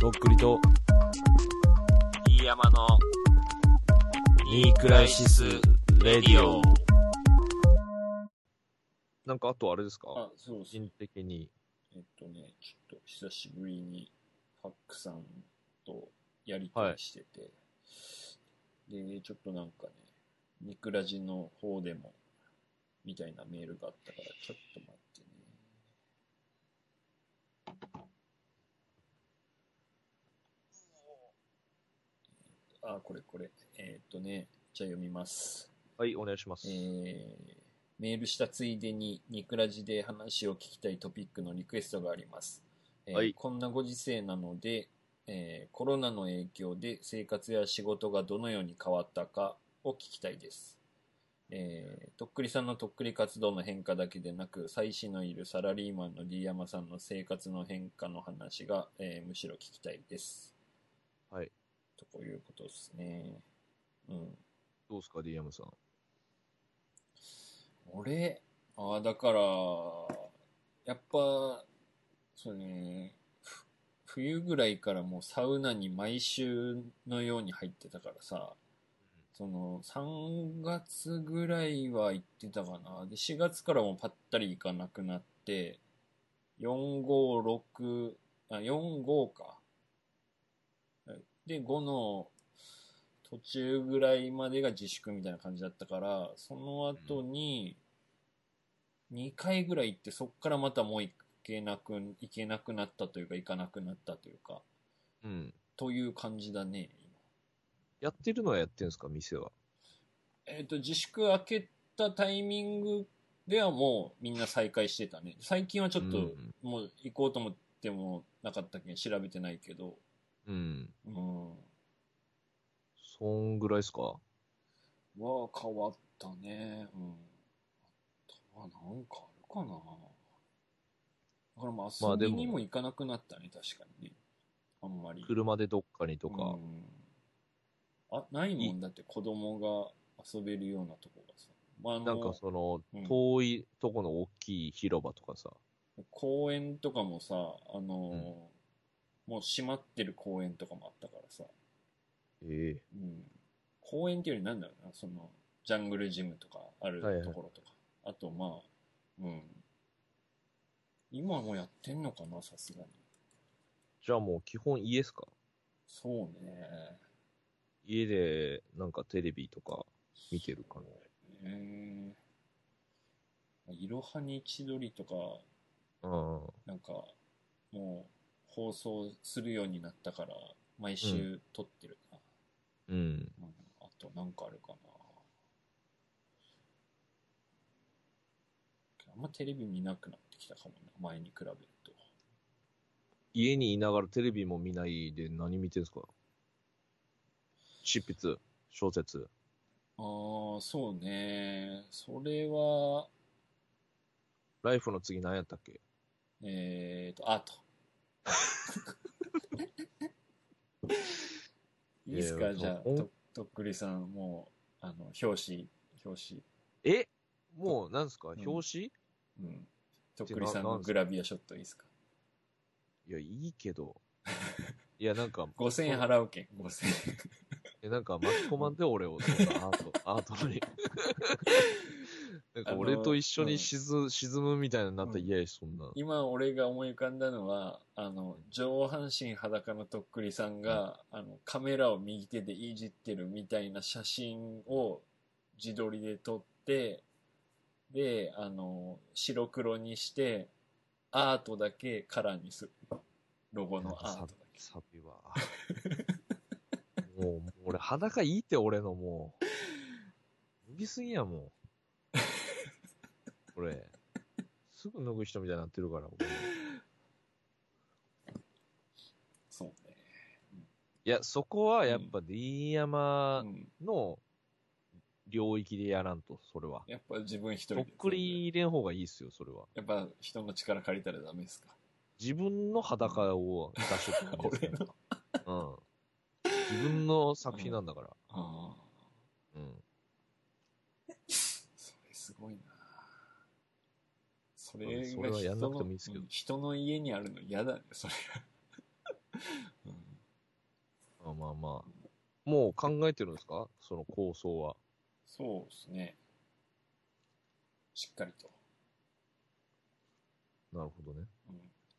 とっくりと、 飯山のニークライシス・レディオ。なんかあとあれですか？ あ、そうです。 人的に。 ちょっと久しぶりにファックさんとやりとりしてて、で、ちょっとなんかね、ニクラジの方でも、みたいなメールがあったから、ちょっと待ってね。あ、これ。じゃあ読みます。 はい、お願いします。 メールしたついでにニクラジで話を聞きたいトピックのリクエストがあります。 はい。 こんなご時世なので、コロナの影響で生活や仕事がどのように変わったかを聞きたいです。とっくりさんのとっくり活動の変化だけでなく、妻子のいるサラリーマンの D 山さんの生活の変化の話が、むしろ聞きたいです。 はい。 とこういうことですね。うん。 どうすか、DM さん。 俺、だから、やっぱ、そうね、冬ぐらいからもうサウナに毎週のように入ってたからさ、3月ぐらいは行ってたかな。で、4月からもうぱったり行かなくなって、4、5、6、4、5か。で、5の途中ぐらいまでが自粛みたいな感じだったから、その後に2回ぐらい行って、そっからまたもう行けなくなったというか、行かなくなったというか、 うん。 という感じだね、今。 やってるのはやってるんですか、店は。 自粛明けたタイミングではもうみんな再開してたね。最近はちょっともう行こうと思ってもなかったけん調べてないけど、 うん。 うん。 そんぐらいですか？ は変わったね。うん。あとはなんかあるかな。だからまあ遊びにまあでも、 も行かなくなったね、確かにね。あんまり。 車でどっかにとうか、 ん。ないもんだって子供が遊べるようなとこがさ。まあなんかその、 うん。 遠いとこの大きい広場とかさ。 公園とかもさ、 うん。 もう閉まってる公園とかもあったからさ。 ええうん。公園っていうよりなんだろうな、ジャングルジムとかあるはいはい。 ところとか。あとまあ、うん。今もやってんのかな、さすがに。 じゃあもう基本家っすか？ そうね。 家でなんかテレビとか見てる感じ。 そうね。いろはに千鳥とか、 うん。 なんか、もう放送するようになったから、毎うん。 週撮ってるな。 うん。 うん。あとなんかあるかな。あんまテレビ見なくなってきたかもな、前に比べると。 家にいながらテレビも見ないで何見てんすか？執筆、小説。 ああ、そうね。それは、 ライフの次何やったっけ？ アート。いいっすか、じゃあ、とっくりさん、もう、表紙、 えと、 もう、なんすかうん、 表紙っうん。とってくりさんのなんすか？ グラビアショットいいっすか？ いや、いいけど。いや、なんか、 5000 円払うけん、5000円。 なんか巻き込まんで俺を、そんなアートに。なんか俺と一緒にうん。 沈むみたいになったらうん。 嫌やし、そんな。 今俺が思い浮かんだのは、上半身裸のとっくりさんうん。 が、カメラを右手でいじってるみたいな写真を自撮りで撮って、で、白黒にして、アートだけカラーにする。ロゴのなんかアートだけ。 サビは。もう俺裸いいって俺のもう。脱ぎすぎやもん。これ。すぐ脱ぐ人みたいになってるから、俺も。 そうね。 いや、そこはうん。 やっぱ D 山うん。 の領域でやらんと、それは。 やっぱ自分一人とっで全然。 くり入れん方がいいっすよ、それは。 やっぱ人の力借りたらダメですか？ 自分のうん。 裸を出しとっていいんですから。 俺の。 うん。自分の作品うん。 なんだから。 ああ。 うん。 それすごいな。それがそれはやんなくてもいいですけど。 人の家にあるの嫌だね、それが。うん。 まあまあ。もう考えてるんですかその構想は。 そうですね。しっかりと。 なるほどね。 うん。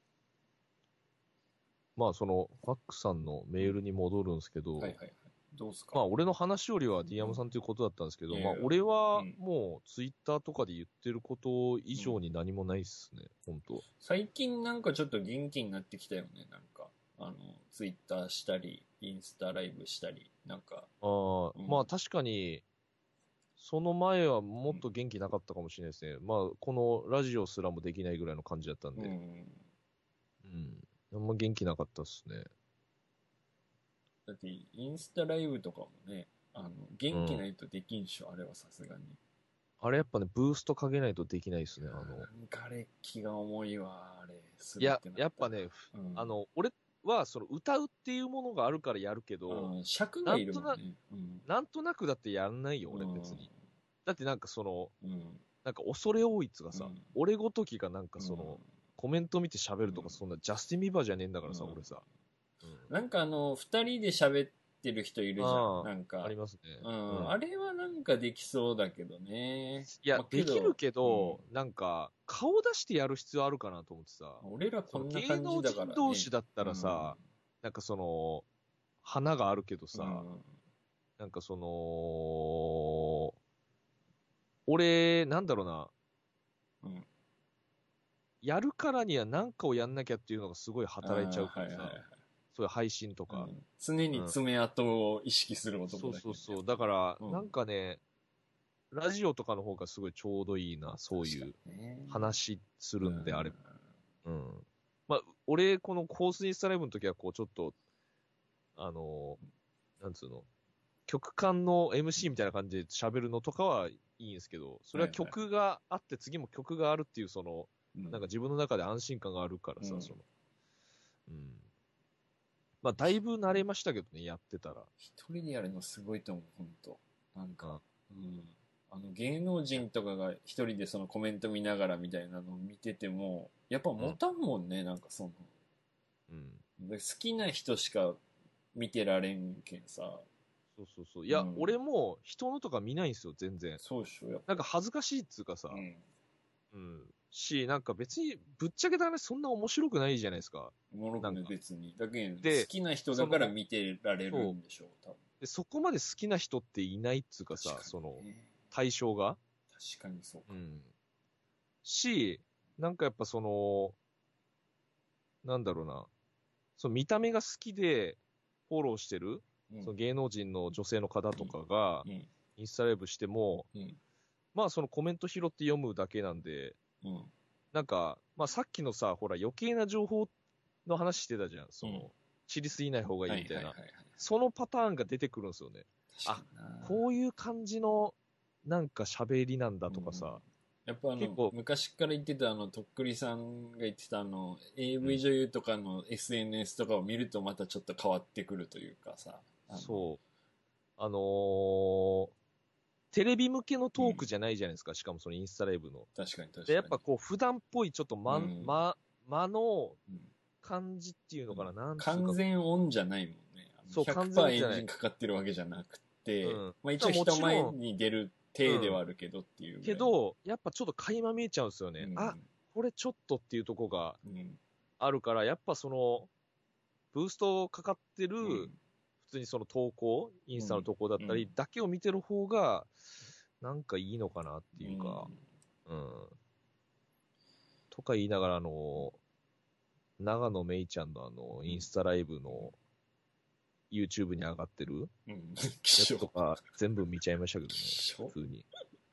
まあその、ファックさんのメールに戻るんですけど、 はいはいはい。どうすか？ まあ俺の話よりはディアムさんということだったんですけど、 うんまあ俺はうんもうツイッターとかで言ってること以上に何もないっすね、本当。 最近なんかちょっと元気になってきたよね。なんか、ツイッターしたり、インスタライブしたり、なんか、 ああ、 うんまあ確かに、その前はもっと元気なかったかもしれないですね。まあこのラジオすらもできないぐらいの感じだったんで、 うん。 うん。あんま元気なかったっすね。 だって、インスタライブとかもね、 うん。 元気ないとできんっしょ、あれはさすがに。 あれやっぱね、ブーストかけないとできないですね。 なんかあれ、気が重いわ、あれ、すいや、 るってなったら。 やっぱね、 うん俺はその歌うっていうものがあるからやるけど、 うん、尺がいなんとな、 るもんね。うん。 なんとなくだってやんないよ、俺別うん。 に。だってなんかその、 うん。 なんか恐れ多いっつうかさ、 うん。 俺ごときがなんかうん。 その、コメント見て喋るとか、そんなジャスティン・ビーバーじゃねえんだからさ、 うん俺さ。うん。 なんか二人で喋ってる人いるじゃん。 あなんあ、あか、 りますね。 うん。 うん。 あれはなんかできそうだけどね。 いや、 まあ、けど、 できるけど、なんか、顔出してやる必要あるかなと思ってさ、 俺らこそのんな感じ芸能だからね。 人同士だったうん。 らさ、なんかその、花があるけどさ、 うん。 なんかその、俺、なんだろうな、 うん。 やるからには何かをやんなきゃっていうのがすごい働いちゃうからさ、 はいはいはい。 そういう配信とか。 うん。常にうん。 爪痕を意識する男そうだけどね。 そうそう。だから、 うん。 なんかね、ラジオとかの方がすごいちょうどいいな、そういう確かにね。 話するんであれば。 ううん。まあ、俺、このコースインスタライブの時は、こう、ちょっと、あの、なんつうの、曲間の MC みたいな感じで喋るのとかはいいんですけど、それは曲があって、次も曲があるっていう、その、 ん。 なんか自分の中で安心感があるからさ、 うんその、うん。まあ、だいぶ慣れましたけどね、やってたら。 一人でやるのすごいと思う、本当なんか、 うんうん。芸能人とかが一人でそのコメント見ながらみたいなのを見てても、やっぱ持たんもんね、なんかその、 うん。 好きな人しか見てられんけんさ。 そうそうそう。いや、 うん俺も人のとか見ないんですよ、全然。 そうでしょ、やっぱ。 なんか恥ずかしいっつうかさ、 うん。 うん。し、なんか別に、ぶっちゃけた話そんな面白くないじゃないですか。 おもろくね、 なんか。 別に。だけど、 で好きな人だから見てられるんでしょう、多分。 で、そこまで好きな人っていないっつうかさ、 確かその、 にね。 対象が。 確かにそうか。 うん。し、なんかやっぱその、なんだろうな、その見た目が好きでフォローしてる、 うん。 その芸能人の女性の方とかが、 うん。 インスタライブしても、 うん。 まあそのコメント拾って読むだけなんで、 うん。 なんか、まあさっきのさ、ほら余計な情報の話してたじゃん。その、 うん知りすぎない方がいいみたいな。 はいはいはいはい。 そのパターンが出てくるんですよね。 確かにな。 こういう感じの、なんか喋りなんだとかさ。 やっぱ結構昔から言ってたとっくりさんが言ってたAV 女優とかの SNS とかを見るとまたちょっと変わってくるというかさ。 そう。テレビ向けのトークじゃないじゃないですか。しかもそのインスタライブの。 確かに確かに。 で、やっぱこう、普段っぽいちょっとうん間のうん感じっていうのかな。なんつうか。 完全オンじゃないもんね。 そう完全 100% オンじゃないエンジンかかってるわけじゃなくて、 うんまあ一応人前に出る体ではあるけどっていうぐらい。 けど、やっぱちょっと垣間見えちゃうんですよね。 うんあ、これちょっとっていうとこがうんあるから、やっぱその、ブーストかかってる、 うん普通にその投稿、インスタの投稿だったり、 うんだけを見てる方が、なんかいいのかなっていうか、とか言いながら、長野めいちゃんのインスタライブの YouTube に上がってるうん。 やつとか全部見ちゃいましたけどね、 希少普通に。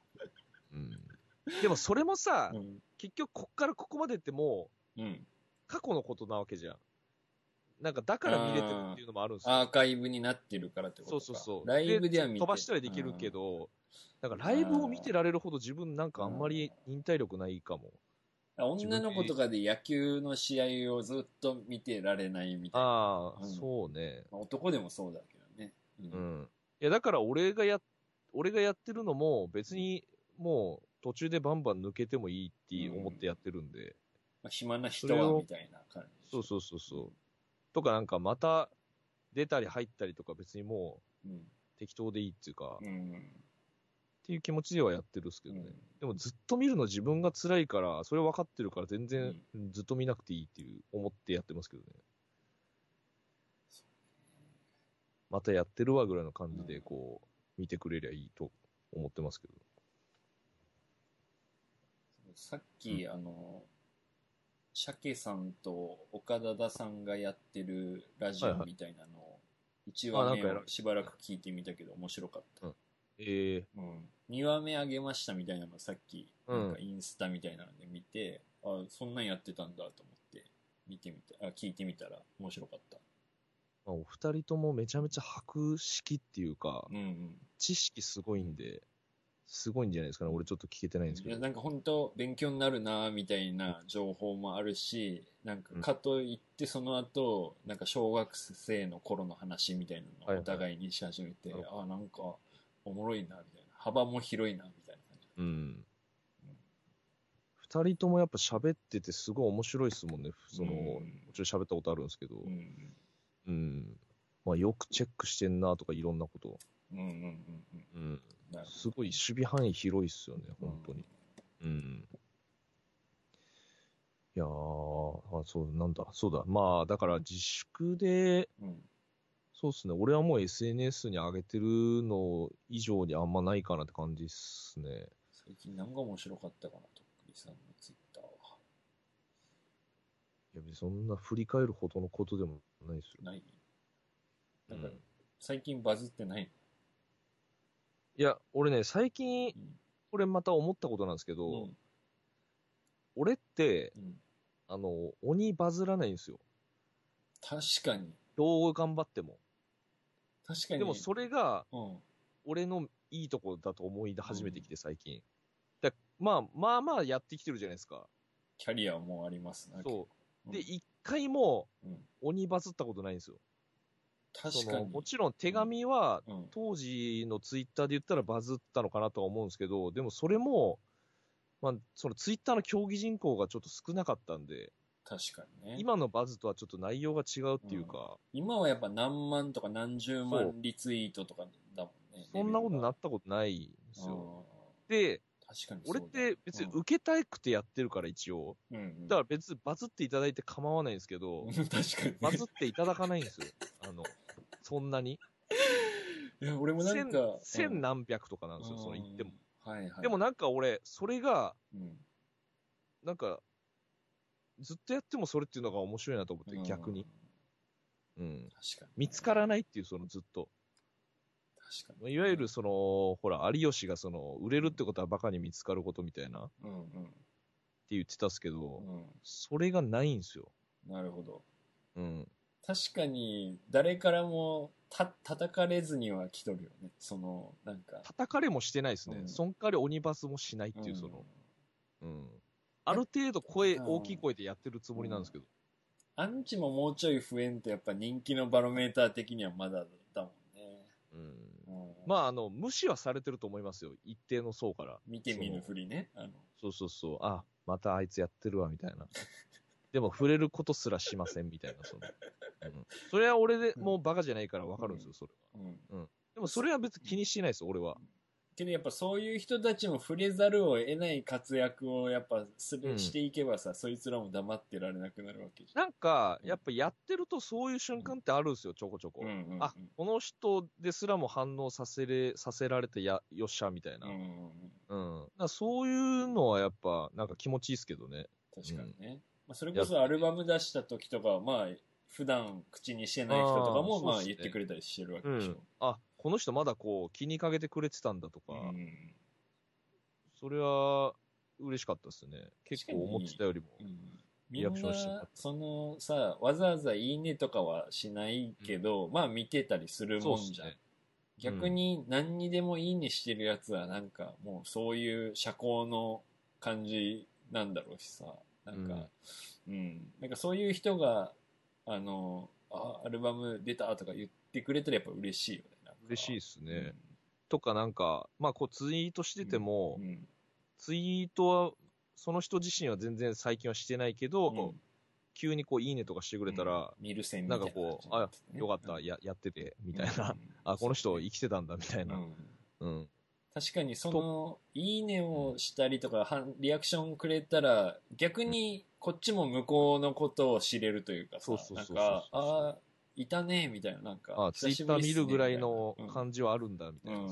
でもそれもさ、 うん結局こっからここまでってもううん。 過去のことなわけじゃん。なんかだから見れてるっていうのもあるんですよ。 アーカイブになってるからってことか。 そうそうそう。 ライブでは見て飛ばしたりできるけど、なんかライブを見てられるほど自分なんかあんまり忍耐力ないかも。 女の子とかで野球の試合をずっと見てられないみたいな。 ああ、そうね。 まあ男でもそうだけどね。 うん。いや、だから俺がやってるのも別にもう途中でバンバン抜けてもいいって思ってやってるんで。 まあ、暇な人はみたいな感じ。 そうそうそうそう。とかなんかまた出たり入ったりとか別にもううん。 適当でいいっていうか、 うっん。 ていう気持ちではやってるんですけどね。 うんでもずっと見るの自分が辛いから、それ分かってるから全然うずっと見なくていいっていう思ってやってますけどね。またやってるわぐらいの感じでこう、見てくれりゃいいと思ってますけど。 さっき、鮭さんと岡田さんがやってるラジはいはい。 オみたいなのを、1話目なんかやられてをしばらく聞いてみたけど面白かった。 うん。ええうん。2話目あげましたみたいなのさっき、 うんなんかインスタみたいなので見て、あ、そんなんやってたんだと思って見てみた、聞いてみたら面白かった。 まあ、お二人ともめちゃめちゃ博識っていうか、 うんうん。 知識すごいんで、すごいんじゃないですかね。俺ちょっと聞けてないんですいや、 けど。 なんか本当勉強になるなみたいな情報もあるし、なんかうんかといってその後、なんか小学生の頃の話みたいなのをおはいはい。 互いにし始めて、 なるほあ、なんかおもろいなみたいな。幅も広いなみたいな感じ。 うん。二人ともやっぱ喋っててすごい面白いですもんね。もちろん喋ったことあるんですけど。 うん。 うん。まあよくチェックしてんなとかいろんなこと。 うんうんうんうん。 うん。 なるほど。 すごい守備範囲広いっすよね、本当うんに。うん。いやー、あ、そう、なんだ、そうだ。まあ、だから自粛で、 うんそうっすね。俺はもう SNS に上げてるの以上にあんまないかなって感じっすね。 最近何が面白かったかな、とっくりさんのツイッターは。 いや、別にそんな振り返るほどのことでもないですよ。 ないなんかうん、 最近バズってないいや、俺ね、最近、 うん。 これまた思ったことなんですけど、 うん俺って、 うん。 鬼バズらないんですよ。 確かに。 どう頑張っても。 確かに。 でもそれが、 うん。 俺のいいとこだと思い始めてきて、 うん最近。まあやってきてるじゃないですか。 キャリアもありますな、 そう。で、 うん一回もうん鬼バズったことないんですよ。 確かに。 もちろん手紙は、 うん当時のツイッターで言ったらバズったのかなとは思うんですけど、でもそれも、まあ、そのツイッターの競技人口がちょっと少なかったんで、 確かにね。 今のバズとはちょっと内容が違うっていうか、 今はやっぱ何万とか何十そう万リツイートとかだもんね。 そんなことになっったことないんですよ。 よ。 で、 確かにそうだ。 俺って別に受けたくてやってるから一応。 うんうんだから別にバズっていただいて構わないんですけど、 確かにバズっていただかないんですよ。そんなに。 いや、俺もなんか、 千何百とかなんですよ、その言っても。 はいはい。 でもなんか俺、それが、 うん、 なんか、ずっとやってもそれっていうのが面白いなと思って、逆に。うん。 確かに。 見つからないっていう、ずっと。 確かに。 いわゆるほら、有吉が売れるってことはバカに見つかることみたいな、ってうんうん。 言ってたっすけど、 うん。 それがないんですよ。 なるほど。 うん。 確かに、誰からも叩かれずには来とるよね。なんか。 叩かれもしてないですね。 うんそんかり鬼バスもしないっていう、うん。ある程度大きい声でやってるつもりなんですけど。 アンチももうちょい増えんとやっぱ人気のバロメーター的にはまだだもんね。 まあ、無視はされてると思いますよ。一定の層から。 見て見ぬふりね。 そう。あ、またあいつやってるわ、みたいな。でも触れることすらしません、みたいな。それは俺でもうバカじゃないからわかるんですよ、それは。でもそれは別に気にしてないです、俺は。 けどやっぱそういう人たちも触れざるを得ない活躍をやっぱしていけばさ、そいつらも黙ってられなくなるわけじゃん。 なんか、やっぱやってるとそういう瞬間ってあるんですよ、ちょこちょこ。あ、この人ですらも反応させられてよっしゃ、みたいな。だそういうのはやっぱ、なんか気持ちいいですけどね。 確かにね。それこそアルバム出した時とか、まあ、普段口にしてない人とかも、まあ言ってくれたりしてるわけでしょ。 あ、この人まだ気にかけてくれてたんだとか、それは嬉しかったですね。結構思ってたよりもリアクションしてもらった。 さ、わざわざいいねとかはしないけど、まあ見てたりするもんじゃん。逆に何にでもいいねしてるやつはなんかもうそういう社交の感じなんだろうしさ。なんか、なんかそういう人が、アルバム出たとか言ってくれたらやっぱ嬉しいよね。 嬉しいですね。とかなんか、まあツイートしてても、ツイートは、その人自身は全然最近はしてないけど、 急にこう、いいねとかしてくれたら、 見る線みなんたいなかこう、あ、よかった、やってて、みたいな。あ、この人生きてたんだ、みたいな。うん。 確かにその、いいねをしたりとか、リアクションくれたら、逆にこっちも向こうのことを知れるというかさ、なんか、あ、いたね、みたいな、なんか、 ツイッター見るぐらいの感じはあるんだ、みたいな。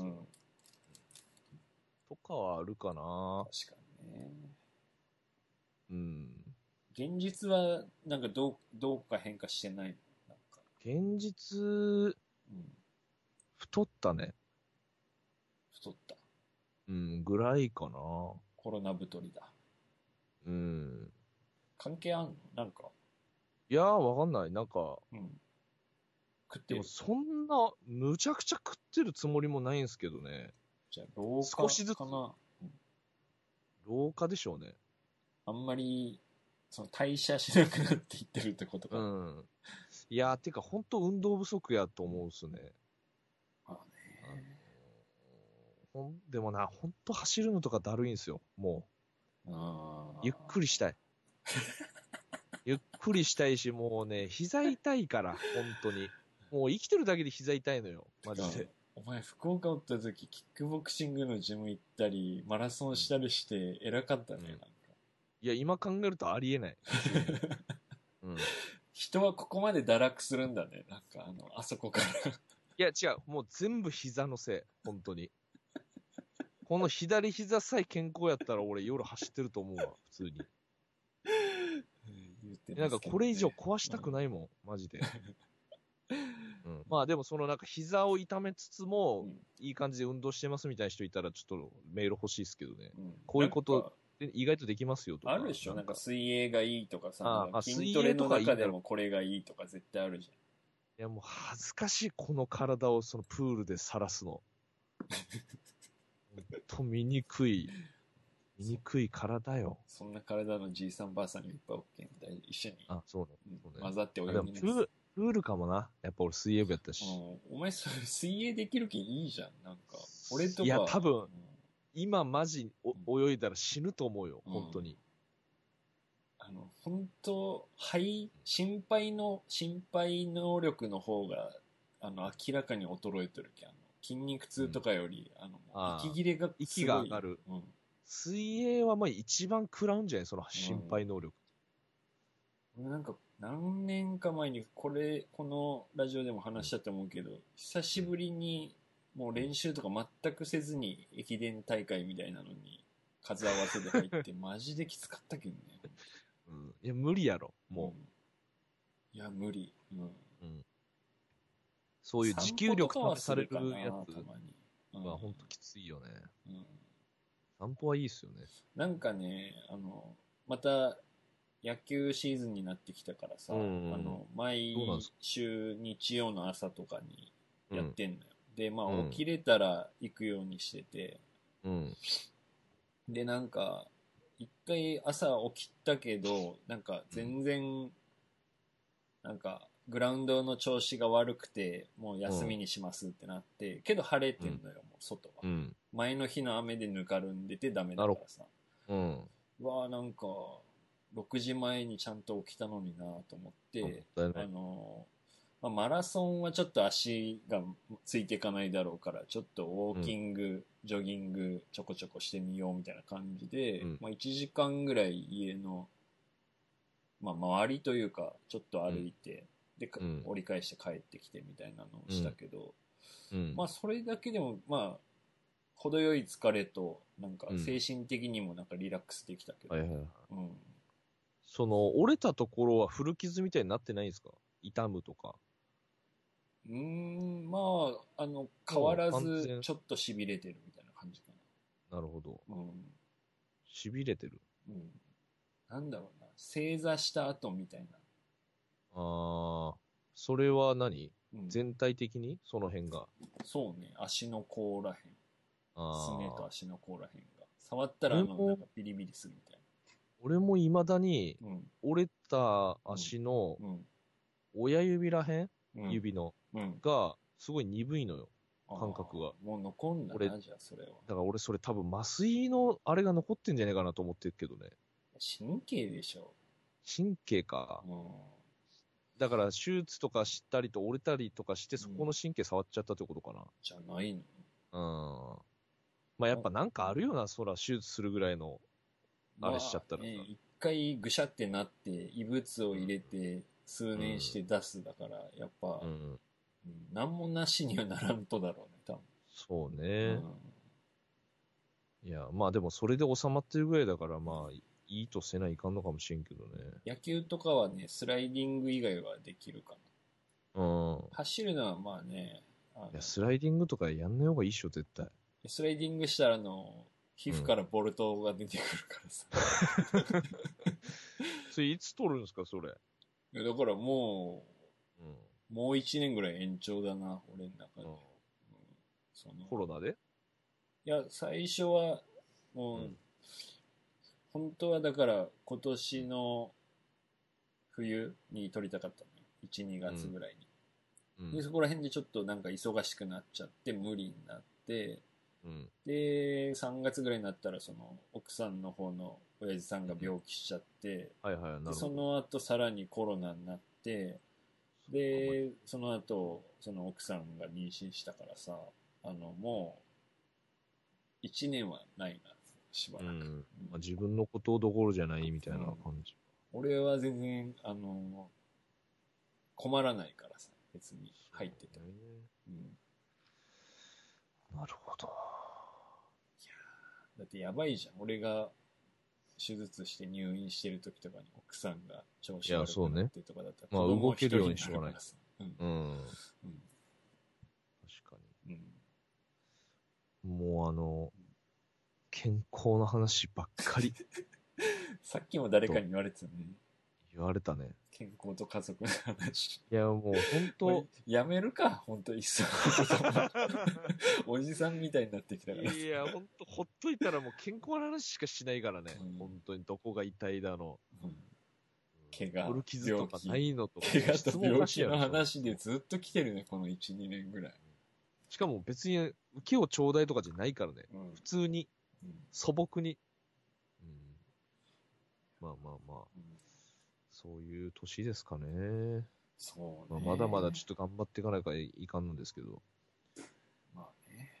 とかはあるかな。 確かにね。 うん。 現実は、なんかどうか変化してないなんか。 現実、太ったね。 太った。 うん、ぐらいかな。コロナ太りだ。 うん。 関係あんのなんか。 いやー、わかんない。なんか、 食ってる。 でもそんな、むちゃくちゃ食ってるつもりもないんですけどね。 じゃあ、老化少しずつかな。 老化でしょうね。 あんまり、その代謝しなくなっていってるってことかな。 いやー、てか、ほんと運動不足やと思うんすね。 まあね。 でもな、ほんと走るのとかだるいんすよ、もう。ゆっくりしたい。ゆっくりしたいし、もうね、膝痛いから、本当に。もう生きてるだけで膝痛いのよ、マジで。 お前、福岡おった時、キックボクシングのジム行ったり、マラソンしたりして、偉かったね、なんか。 いや、今考えるとありえない。 人はここまで堕落するんだね、なんか、あそこから。いや、違う、もう全部膝のせい、本当に。この左膝さえ健康やったら俺夜走ってると思うわ、普通に。なんかこれ以上壊したくないもん、マジで。まあでもそのなんか膝を痛めつつも、いい感じで運動してますみたいな人いたらちょっとメール欲しいですけどね。こういうこと意外とできますよとか。 あるでしょなんか水泳がいいとかさ、筋筋トレの中でもこれがいいとか絶対あるじゃん。 いやもう恥ずかしい、この体をそのプールで晒すの。ほんと醜い体よ。 そんな体のじいさんばあさんがいっぱいおっけんみたい一緒に。 そうね。 混ざって泳ぎます。 プールかもな。やっぱ俺水泳部やったし。 お前それ水泳できる気いいじゃん。なんか、俺とか。 いや多分、今マジ泳いだら死ぬと思うよ、本当に。 本当心肺能力の方が、明らかに衰えてるけん。筋肉痛とかより、息切れがすごい。 息が上がる。水泳はまあ一番食らうんじゃないその心肺能力。 なんか、何年か前にこのラジオでも話したと思うけど、久しぶりにもう練習とか全くせずに駅伝大会みたいなのに数合わせで入ってマジできつかったけどね。 いや、無理やろ、もう。いや、無理。 そういう持久力試されるやつはほんときついよね。散歩はいいっすよね。 なんかね、また野球シーズンになってきたからさ、毎週日曜の朝とかにやってんのよ。で、まあ起きれたら行くようにしてて、で、なんか、一回朝起きたけど、なんか全然、なんか、グラウンドの調子が悪くて、もう休みにしますってなって、けど晴れてんのよ、もう外は。前の日の雨でぬかるんでてダメだからさ。うわぁ、なんか、6時前にちゃんと起きたのになと思って、まあ、マラソンはちょっと足がついていかないだろうから、ちょっとウォーキング、ジョギングちょこちょこしてみようみたいな感じで、まあ、1時間ぐらい家の、まあ、周りというか、ちょっと歩いて、で、折り返して帰ってきてみたいなのをしたけど、まあ、それだけでも、まあ、程よい疲れと、なんか、精神的にもなんかリラックスできたけど、 その、折れたところは古傷みたいになってないんですか？痛むとか。 まあ、変わらず、ちょっと痺れてるみたいな感じかな。なるほど。痺れてる。 なんだろうな。正座した後みたいな。 それは何？全体的にその辺が。 そうね。足の甲らへん。すねと足の甲らへんが。触ったらなんかビリビリするみたいな。 俺も未だに、折れた足の親指らへん、指の、が、すごい鈍いのよ。感覚が。 もう残んだな、じゃあそれは。 だから俺それ多分麻酔のあれが残ってんじゃねえかなと思ってるけどね。 神経でしょ。 神経か。だから手術とかしたりと折れたりとかして、そこの神経触っちゃったってことかな。 じゃないの？ まあやっぱなんかあるよな、そら手術するぐらいの、あれしちゃったら。 一回ぐしゃってなって、異物を入れて、数年して出すだから、やっぱ、なんもなしにはならんとだろうね、多分。 そうね。いや、まあでもそれで収まってるぐらいだから、まあ、いいとせないかんのかもしれんけどね。 野球とかはね、スライディング以外はできるかな。走るのはまあね、 いや、スライディングとかやんない方がいいっしょ、絶対。 スライディングしたら皮膚からボルトが出てくるからさ。 それいつ取るんですか、それ。 だからもう1年ぐらい延長だな、俺の中で。 コロナで？ いや、最初は、もう、本当はだから今年の冬に撮りたかったのよ。1、2月ぐらいに。で、そこら辺でちょっとなんか忙しくなっちゃって無理になって、で、3月ぐらいになったらその奥さんの方の親父さんが病気しちゃって、でその後さらにコロナになって、で、その後、その奥さんが妊娠したからさ、もう、1年はないな、しばらく。 まあ、自分のことどころじゃないみたいな感じ。 俺は全然、困らないからさ、別に入ってて。 なるほど。 いやだってやばいじゃん。俺が手術して入院してる時とかに奥さんが調子悪くなってとかだったら、 まあ動けるようにしょうがない。確かに。もう健康の話ばっかり。 さっきも誰かに言われてたね。 言われたね。 健康と家族の話。 いや、もう本当やめるか、本当いっそ。おじさんみたいになってきたから。 いや、本当ほっといたらもう健康の話しかしないからね。本当にどこが痛いだの。 怪我、 古傷とかないのとか。 怪我と病気の話でずっと来てるね、この1、2年ぐらい。 しかも別に受けをちょうだいとかじゃないからね。普通に、素朴に。まあまあまあ。そういう年ですかね。 そうね。 まだまだちょっと頑張っていかないからいかんのですけど。 まあね。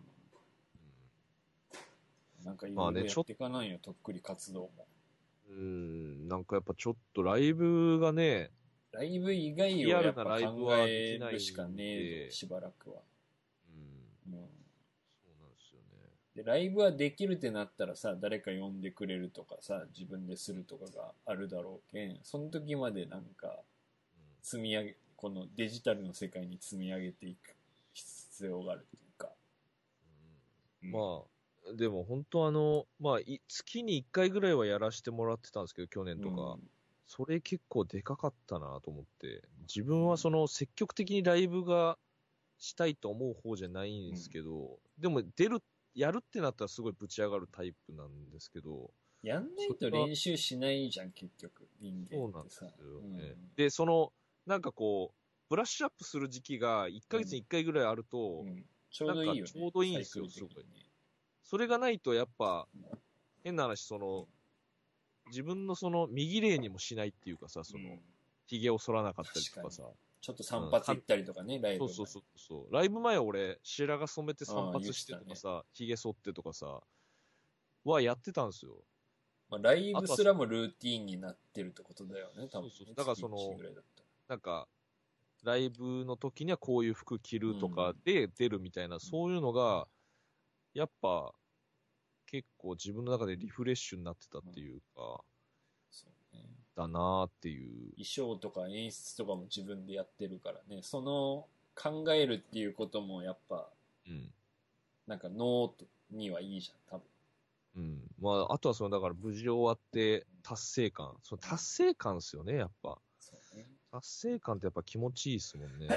なんかいろいろやっていかないよ、とっくり活動も。 なんかやっぱちょっとライブがね、 ライブ以外をやっぱ考えるしかねえぞ、しばらくは。そうなんですよね。で、ライブはできるってなったらさ、誰か呼んでくれるとかさ、自分でするとかがあるだろうけん、その時までなんか、積み上げ、このデジタルの世界に積み上げていく必要があるっていうか。 まあ、でも本当まあ、月に1回ぐらいはやらせてもらってたんですけど、去年とか。それ結構でかかったなと思って。自分はその積極的にライブがしたいと思う方じゃないんですけど、でもやるってなったらすごいぶち上がるタイプなんですけど。 やんないと練習しないじゃん、結局。人間ってさ。そうなんですよね。で、なんかこう、ブラッシュアップする時期が1ヶ月に1回ぐらいあると、 ちょうどいいよね。 ちょうどいいんですよ、すごい。それがないとやっぱ、変な話、自分の右霊にもしないっていうかさ、髭を剃らなかったりとかさ。 ちょっと散髪行ったりとかね、ライブ前。 そう。ライブ前俺、白髪染めて散髪してとかさ、髭剃ってとかさ、はやってたんですよ。 まあ、ライブすらもルーティーンになってるってことだよね、多分、ね。 そう。だからなんか、ライブの時にはこういう服着るとかで出るみたいな、そういうのが、やっぱ、結構自分の中でリフレッシュになってたっていうか、 そうね、 だなーっていう。 衣装とか演出とかも自分でやってるからね、考えるっていうこともやっぱ、なんかノートにはいいじゃん、多分。 まあ、あとはだから無事終わって達成感。達成感ですよね、やっぱ。そうね。達成感ってやっぱ気持ちいいですもんね。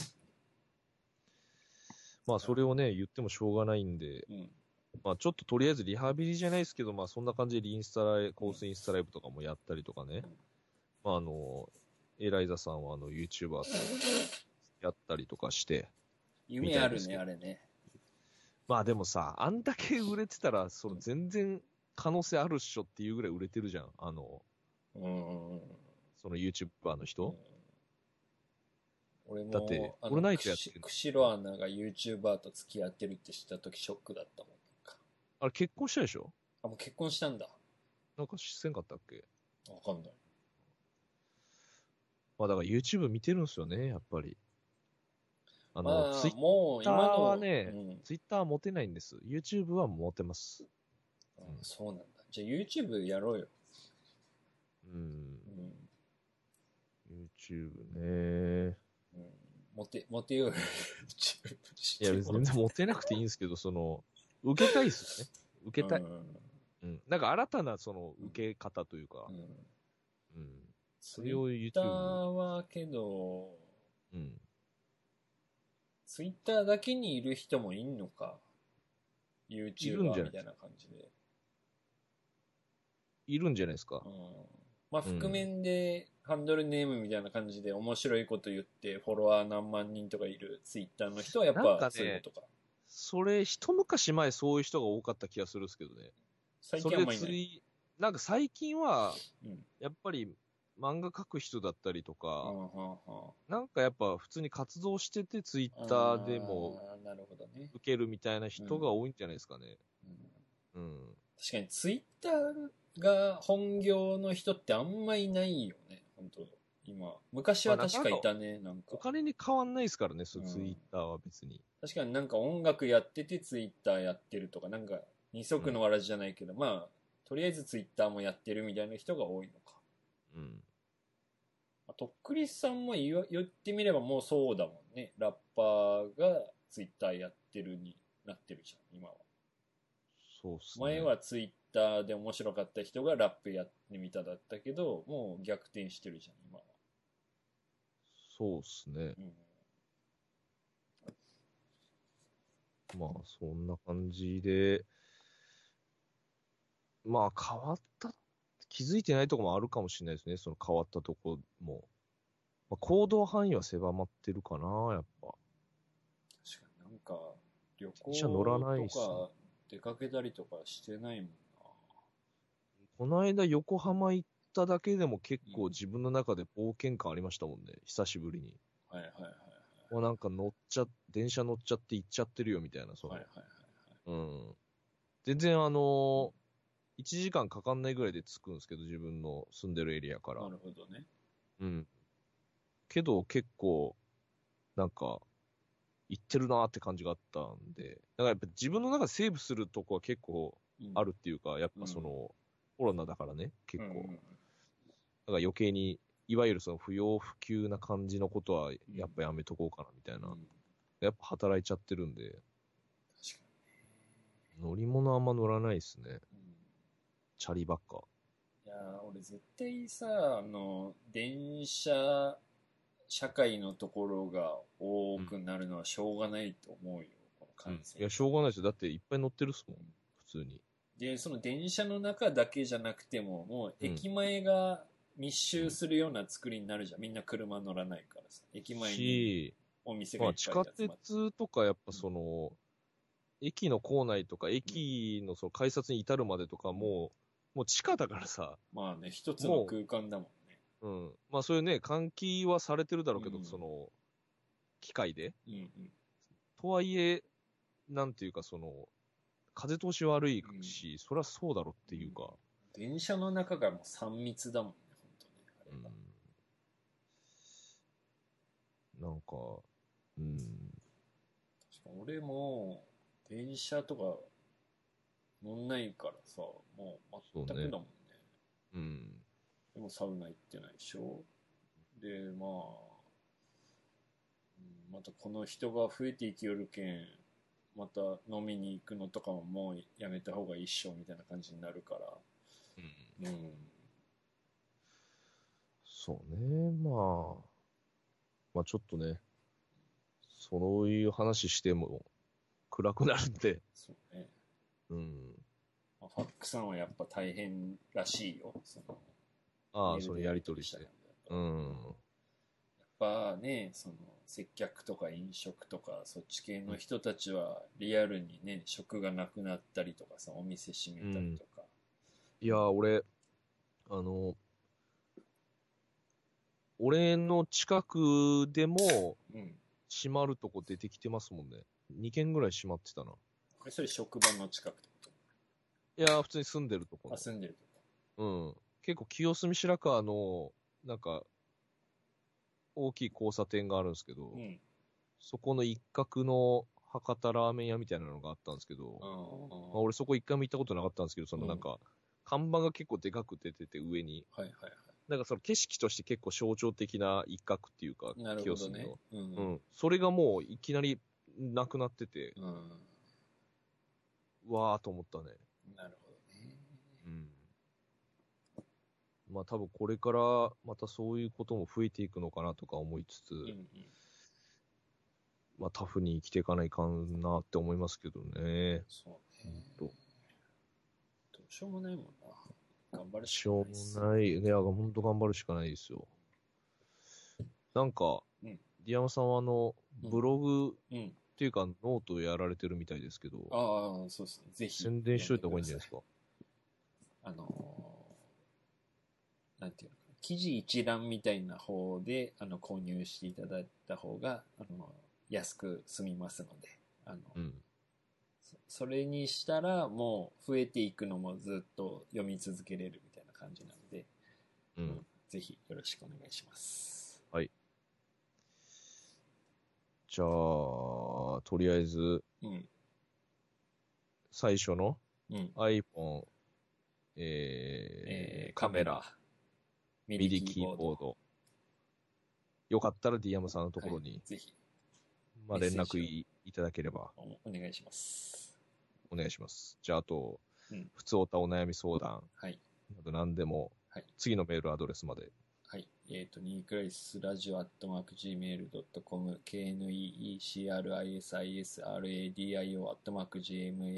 まあ、それをね、言ってもしょうがないんで、まあ、ちょっととりあえずリハビリじゃないですけど、まあ、そんな感じでコースインスタライブとかもやったりとかね。まあ、エライザさんはYouTuber とやったりとかして。 夢あるね、あれね。 まあでもさ、あんだけ売れてたら、全然可能性あるっしょっていうぐらい売れてるじゃん。 その YouTuber の人。 俺も、 だって、オールナイトやってる。 釧路アナが YouTuber と付き合ってるって知った時ショックだったもん。 あれ結婚したでしょ？ もう結婚したんだ。 なんかせんかったっけ？ わかんない。 まあだから YouTube 見てるんですよね、やっぱり。ツイッもうターはね、 うん、 ツイッターは持てないんです。YouTube は持てます。 そうなんだ。じゃあ YouTube やろうよ。 YouTube ね。 モテようよ。 いや、別に全然モテなくていいんですけど、受けたいっすよね。受けたい。なんか新たな受け方というか。 それを YouTube。Twitter はけど、ツイッターだけにいる人もいんのか。YouTuber みたいな感じで。 いるんじゃないですか。 まあ、覆面でハンドルネームみたいな感じで面白いこと言ってフォロワー何万人とかいるツイッターの人はやっぱそういうことか。 それ、一昔前そういう人が多かった気がするんですけどね。 最近はあんまりない。 なんか最近は、やっぱり漫画描く人だったりとか、なんかやっぱ普通に活動しててツイッターでも受けるみたいな人が多いんじゃないですかね。 確かにツイッターが本業の人ってあんまいないよね、本当今。昔は確かいたね、なんか。 お金に変わんないですからね、ツイッターは別に。 確かになんか音楽やっててツイッターやってるとか、なんか二足のわらじじゃないけど、まあ、とりあえずツイッターもやってるみたいな人が多いのか。とっくりさんも言ってみればもうそうだもんね。ラッパーがツイッターやってるになってるじゃん、今は。 そうっすね。 前はツイッターで面白かった人がラップやってみただったけど、もう逆転してるじゃん、今は。 そうっすね。まあ、そんな感じで、まあ、変わった、気づいてないとこもあるかもしれないですね、その変わったとこも。まあ、行動範囲は狭まってるかな、やっぱ。 確かになんか、旅行とか出かけたりとかしてないもんな。 この間横浜行っただけでも結構自分の中で冒険感ありましたもんね、久しぶりに。 はいはいはい。 もうなんか電車乗っちゃって行っちゃってるよみたいな、全然1時間かかんないぐらいで着くんですけど、自分の住んでるエリアから。 なるほどね。 けど結構、なんか、行ってるなーって感じがあったんで、だからやっぱ自分の中でセーブするとこは結構あるっていうか、やっぱコロナだからね、結構。だから余計に、いわゆる不要不急な感じのことはやっぱやめとこうかなみたいな。やっぱ働いちゃってるんで。 確かに。乗り物あんま乗らないですね。チャリばっか。 いや俺絶対さ、電車、社会のところが多くなるのはしょうがないと思うよ、この感染。 いや、しょうがないですよ。だっていっぱい乗ってるっすもん、普通に。 で、その電車の中だけじゃなくても、もう駅前が密集するような作りになるじゃん。みんな車乗らないからさ。駅前にお店がいっぱい集まって。 地下鉄とかやっぱ駅の構内とか、駅の改札に至るまでとかもう地下だからさ。 まあね、一つの空間だもんね。 まあそういうね、換気はされてるだろうけど、機械で。とはいえ、なんていうか風通し悪いし、そりゃそうだろっていうか。 電車の中がもう3密だもんね、本当ね。 なんか、 確か俺も、電車とか乗んないからさ、もう全くだもんね。でもサウナ行ってないでしょ。で、まあ、またこの人が増えていきよるけん、また飲みに行くのとかももうやめた方がいいっしょみたいな感じになるから。 そうね、まあちょっとね、そういう話しても暗くなるんで。 そうね。ファックさんはやっぱ大変らしいよ。 それやりとりして。 やっぱね、接客とか飲食とかそっち系の人たちはリアルにね、職がなくなったりとかさ、お店閉めたりとか。 いや、俺、 俺の近くでも、 うん。 閉まるとこ出てきてますもんね。2軒ぐらい閉まってたな。 それ職場の近くってこいやー、普通に住んでるとこと？あ、住んでるとこ。 の。うん。結構清澄白河の、なんか、大きい交差点があるんですけど、 うん。 そこの一角の博多ラーメン屋みたいなのがあったんですけど、まあ、俺そこ一回も行ったことなかったんですけど、そのなんか、看板が結構でかく出てて上に、 はいはいはなんかその景色として結構象徴的な一角っていうか、 い。なるほどね。 清澄の。 うん。 うん。それがもういきなりなくなってて、 うん。 うわーと思ったね。 なるほどね。 うん。まあ多分これからまたそういうことも増えていくのかなとか思いつつ、 うんうん。 まあタフに生きていかないかんなって思いますけどね。 そうね。 ほんとどうしようもないもんな。頑張るししょかないっす。 うもない。いや、ほんと頑張るしかないですよ。なんか、 うんディアマさんはうんブログうん。 っていうかノートをやられてるみたいですけど、 ああ、そうですね。ぜひ宣伝しといた読んでください。 方がいいんじゃないですか。 なんていうのかな。記事一覧みたいな方で、購入していただいた方が、安く済みますので、 うん。 それにしたら、もう増えていくのもずっと読み続けれるみたいな感じなので、 うん。 ぜひよろしくお願いします。 はい。じゃあ、とりあえず、 うん。 最初のうん。 iPhone、 カメラ、ミディミディキーボード。 キーボード。よかったらディアムさんのところはい、 に、 ぜひまあ連絡いただければお願いします。 お願いします。じゃあ、あと、 うん普通おたお悩み相談はい。 など何でも、 はい。 次のメールアドレスまで。 はい。ニークライスラジオアットマーク Gmail.com、KNEECRISISRADIO アットマーク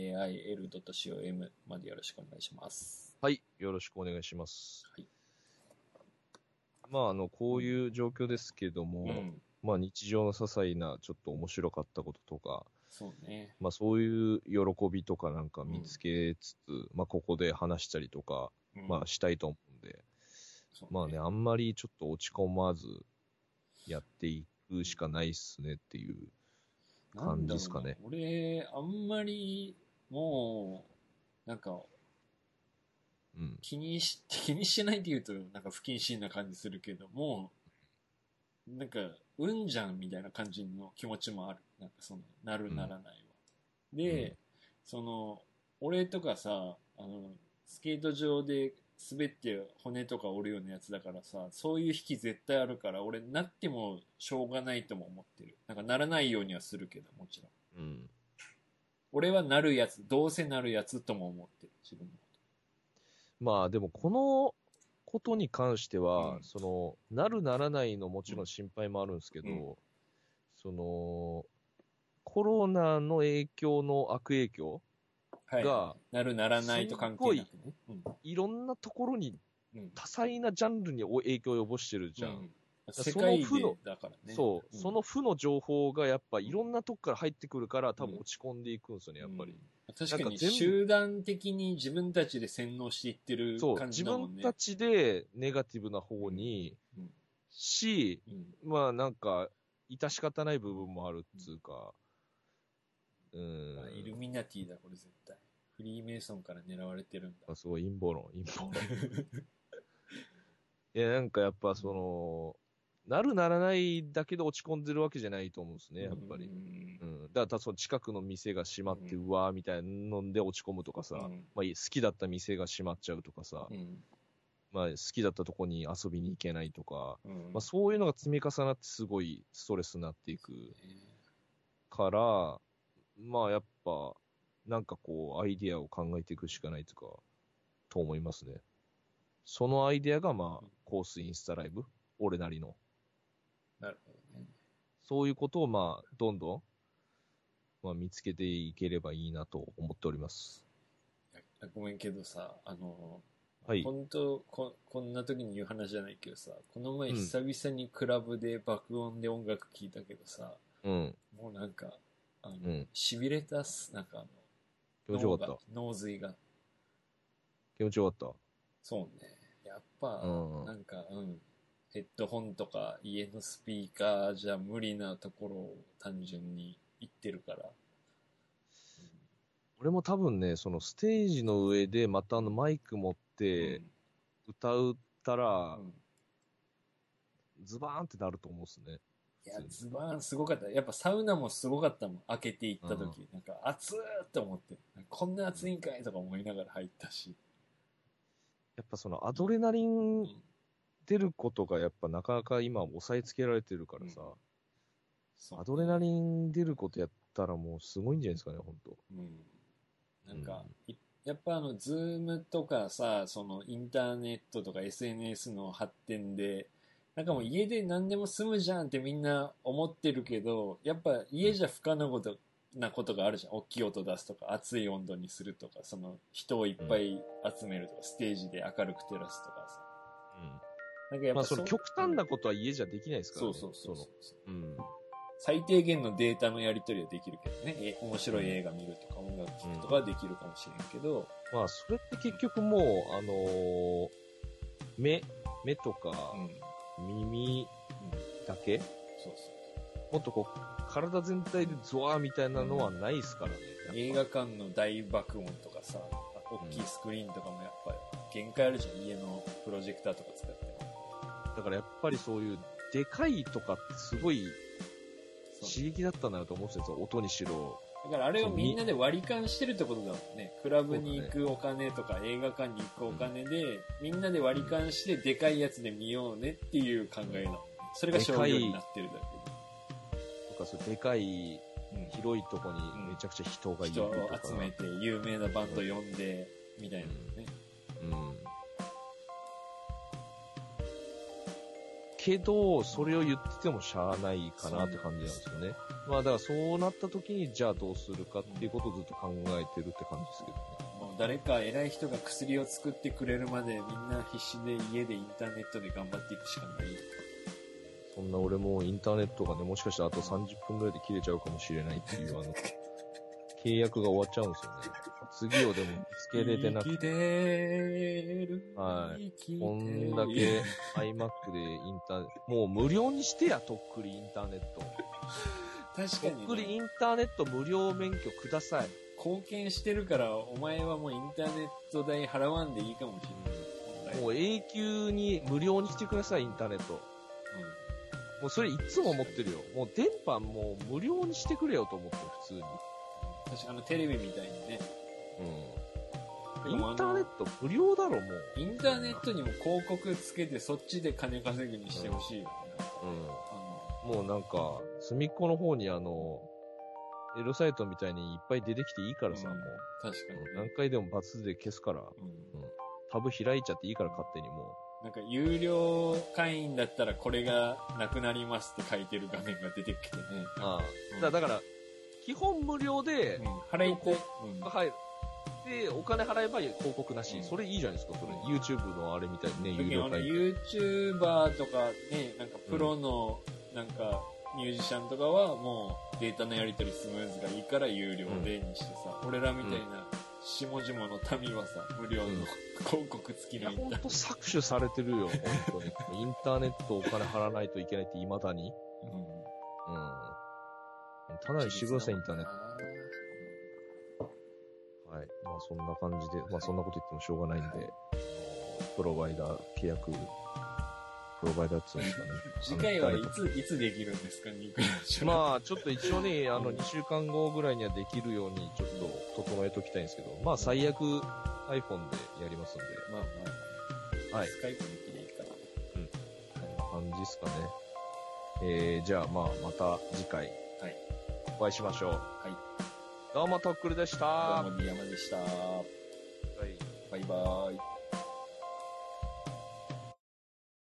Gmail.com までよろしくお願いします。 はい。よろしくお願いします。 はい。 まあ、こういう状況ですけども、 うん。 まあ、日常の些細な、ちょっと面白かったこととか、 そうね。 まあ、そういう喜びとかなんか見つけつつ、まあ、ここで話したりとか、 うん、 まあ、したいと思うんで、 そうね。 まあね、あんまりちょっと落ち込まず、やっていくしかないっすねっていう感じですかね。 俺、あんまり、もう、なんか、 うん。 気にしてないって言うと、なんか不謹慎な感じするけども、なんか、うんじゃんみたいな感じの気持ちもある。なんかなるならないは。で、俺とかさ、スケート場で滑って骨とか折るようなやつだからさ、そういう引き絶対あるから、俺なってもしょうがないとも思ってる。なんかならないようにはするけど、もちろん。 うん。 俺はなるやつ、どうせなるやつとも思ってる、自分のこまあでもこのことに関しては、 うんなるならないのもちろん心配もあるんですけど、 うんその、コロナの影響の悪影響と。はい、 が、 はい。なるならないと関係なくね。 いろんなところに、 うん多彩なジャンルに影響を及ぼしてるじゃん。 うん世界でだからね。 そう、その負の情報がやっぱいろんなとこから入ってくるから、多分うん落ち込んでいくんですよね、やっぱり。 確かになんか全部集団的に自分たちで洗脳していってるそう、 感じ自だもんね。 分たちでネガティブな方に、 うんし、 うんまあなんか、致し方ない部分もあるっつうか、 イルミナティだ、これ絶対。フリーメイソンから狙われてるんだ。 すごい陰謀論。いや、なんかやっぱなるならないだけで落ち込んでるわけじゃないと思うんですね、やっぱり。だからその近くの店が閉まって、うわーみたいなので落ち込むとかさ、まあ好きだった店が閉まっちゃうとかさ、まあ好きだったとこに遊びに行けないとか、まあそういうのが積み重なってすごいストレスになっていくから、まあやっぱ、なんかこうアイディアを考えていくしかないとか、と思いますね。そのアイディアがまあ、コースインスタライブ、俺なりの。 なるほどね。 そういうことをまあ、どんどん、まあ見つけていければいいなと思っております。 ごめんけどさ、 はい。 本当こんな時に言う話じゃないけどさ、この前久々にクラブで爆音で音楽聴いたけどさ、 うん。 もうなんか、 うん。 痺れたっす。なんか気持ちよかった。 脳髄が。 気持ちよかった。 そうね。やっぱ、なんか、 ヘッドホンとか家のスピーカーじゃ無理なところを単純に言ってるから。 俺も多分ね、そのステージの上でまたマイク持って歌ったら、ズバーンってなると思うっすね。 いや、ズバーンすごかった。やっぱサウナもすごかったもん。開けて行った時。なんか暑ーって思って。こんな暑いんかいとか思いながら入ったし。 やっぱそのアドレナリン出ることがやっぱなかなか今抑えつけられてるからさ、アドレナリン出ることやったらもうすごいんじゃないですかね、ほんと。 なんか、やっぱズームとかさ、そのインターネットとか SNS の発展で、なんかもう家で何でも済むじゃんってみんな思ってるけど、やっぱ家じゃ不可能なことがあるじゃん。大きい音出すとか、熱い温度にするとか、その人をいっぱい集めるとか、ステージで明るく照らすとかさ。 なんかやっぱその極端なことは家じゃできないですからね。 そう。最低限のデータのやり取りはできるけどね。面白い映画見るとか音楽聴くとかはできるかもしれんけど。 まあそれって結局もう、目とか、耳だけ、もっとこう、体全体でゾワーみたいなのはないですからね。 映画館の大爆音とかさ、大きいスクリーンとかもやっぱり限界あるじゃん。家のプロジェクターとか使っても。 だからやっぱりそういうでかいとかってすごい刺激だったんだなと思うんですよ、音にしろ。 だからあれをみんなで割り勘してるってことだもんね。クラブに行くお金とか映画館に行くお金で、みんなで割り勘してでかいやつで見ようねっていう考えなの。それが商業になってるだけで。 とか、そうでかい、広いとこにめちゃくちゃ人がいるとか。 人を集めて有名なバンド呼んで、みたいなのね。 けど、それを言っててもしゃあないかなって感じなんですよね。まあだからそうなった時にじゃあどうするかっていうことをずっと考えてるって感じですけどね。 もう誰か偉い人が薬を作ってくれるまでみんな必死で家でインターネットで頑張っていくしかない。 そんな俺もインターネットがね、もしかしたらあと30分ぐらいで切れちゃうかもしれないっていう契約が終わっちゃうんですよね。次をでも見つけれてなくて。はい。こんだけ iMac でインターネット、もう無料にしてや、とっくりインターネット。 確かに、 とっくりインターネット無料免許ください。 貢献してるから、お前はもうインターネット代払わんでいいかもしれない。 もう永久に無料にしてください、インターネット。もうそれいつも思ってるよ。もう電波もう無料にしてくれよと思ってる、普通に。 確かテレビみたいにね。 インターネット無料だろ、もう。 インターネットにも広告つけてそっちで金稼ぐにしてほしいよね。 もうなんか、隅っこの方にエロサイトみたいにいっぱい出てきていいからさ、もう。 確かに、 何回でもバツで消すから、タブ開いちゃっていいから勝手にもう。なんか有料会員だったらこれがなくなりますって書いてる画面が出てきてね。 だから、基本無料で、 払いたい。 はい。で、お金払えば広告なし。それいいじゃないですか、それ。YouTube のあれみたいにね、 有料会員。YouTuber とかね、なんかプロの、なんか、ミュージシャンとかはもうデータのやり取りスムーズがいいから有料でにしてさ、俺らみたいな下々の民はさ、無料の広告付きのインターネット。 ほんと搾取されてるよ、本当に。インターネットお金払わないといけないって未だに。ただにしてください、インターネット。はい。まあそんな感じで、まあそんなこと言ってもしょうがないんで、プロバイダー契約、プロバイダーって言うんですかね。 次回はいつできるんですか、ニクラジオ。 まあちょっと一応ね、2週間後ぐらいにはできるようにちょっと整えときたいんですけど、まあ最悪 iPhone でやりますんで。 まあ、はい。スカイプできればいいかな。 こんな感じですかね。じゃあまあまた次回。お会いしましょう。どうも、とっくりでした。 どうも、山でした。 はい。 バイバーイ。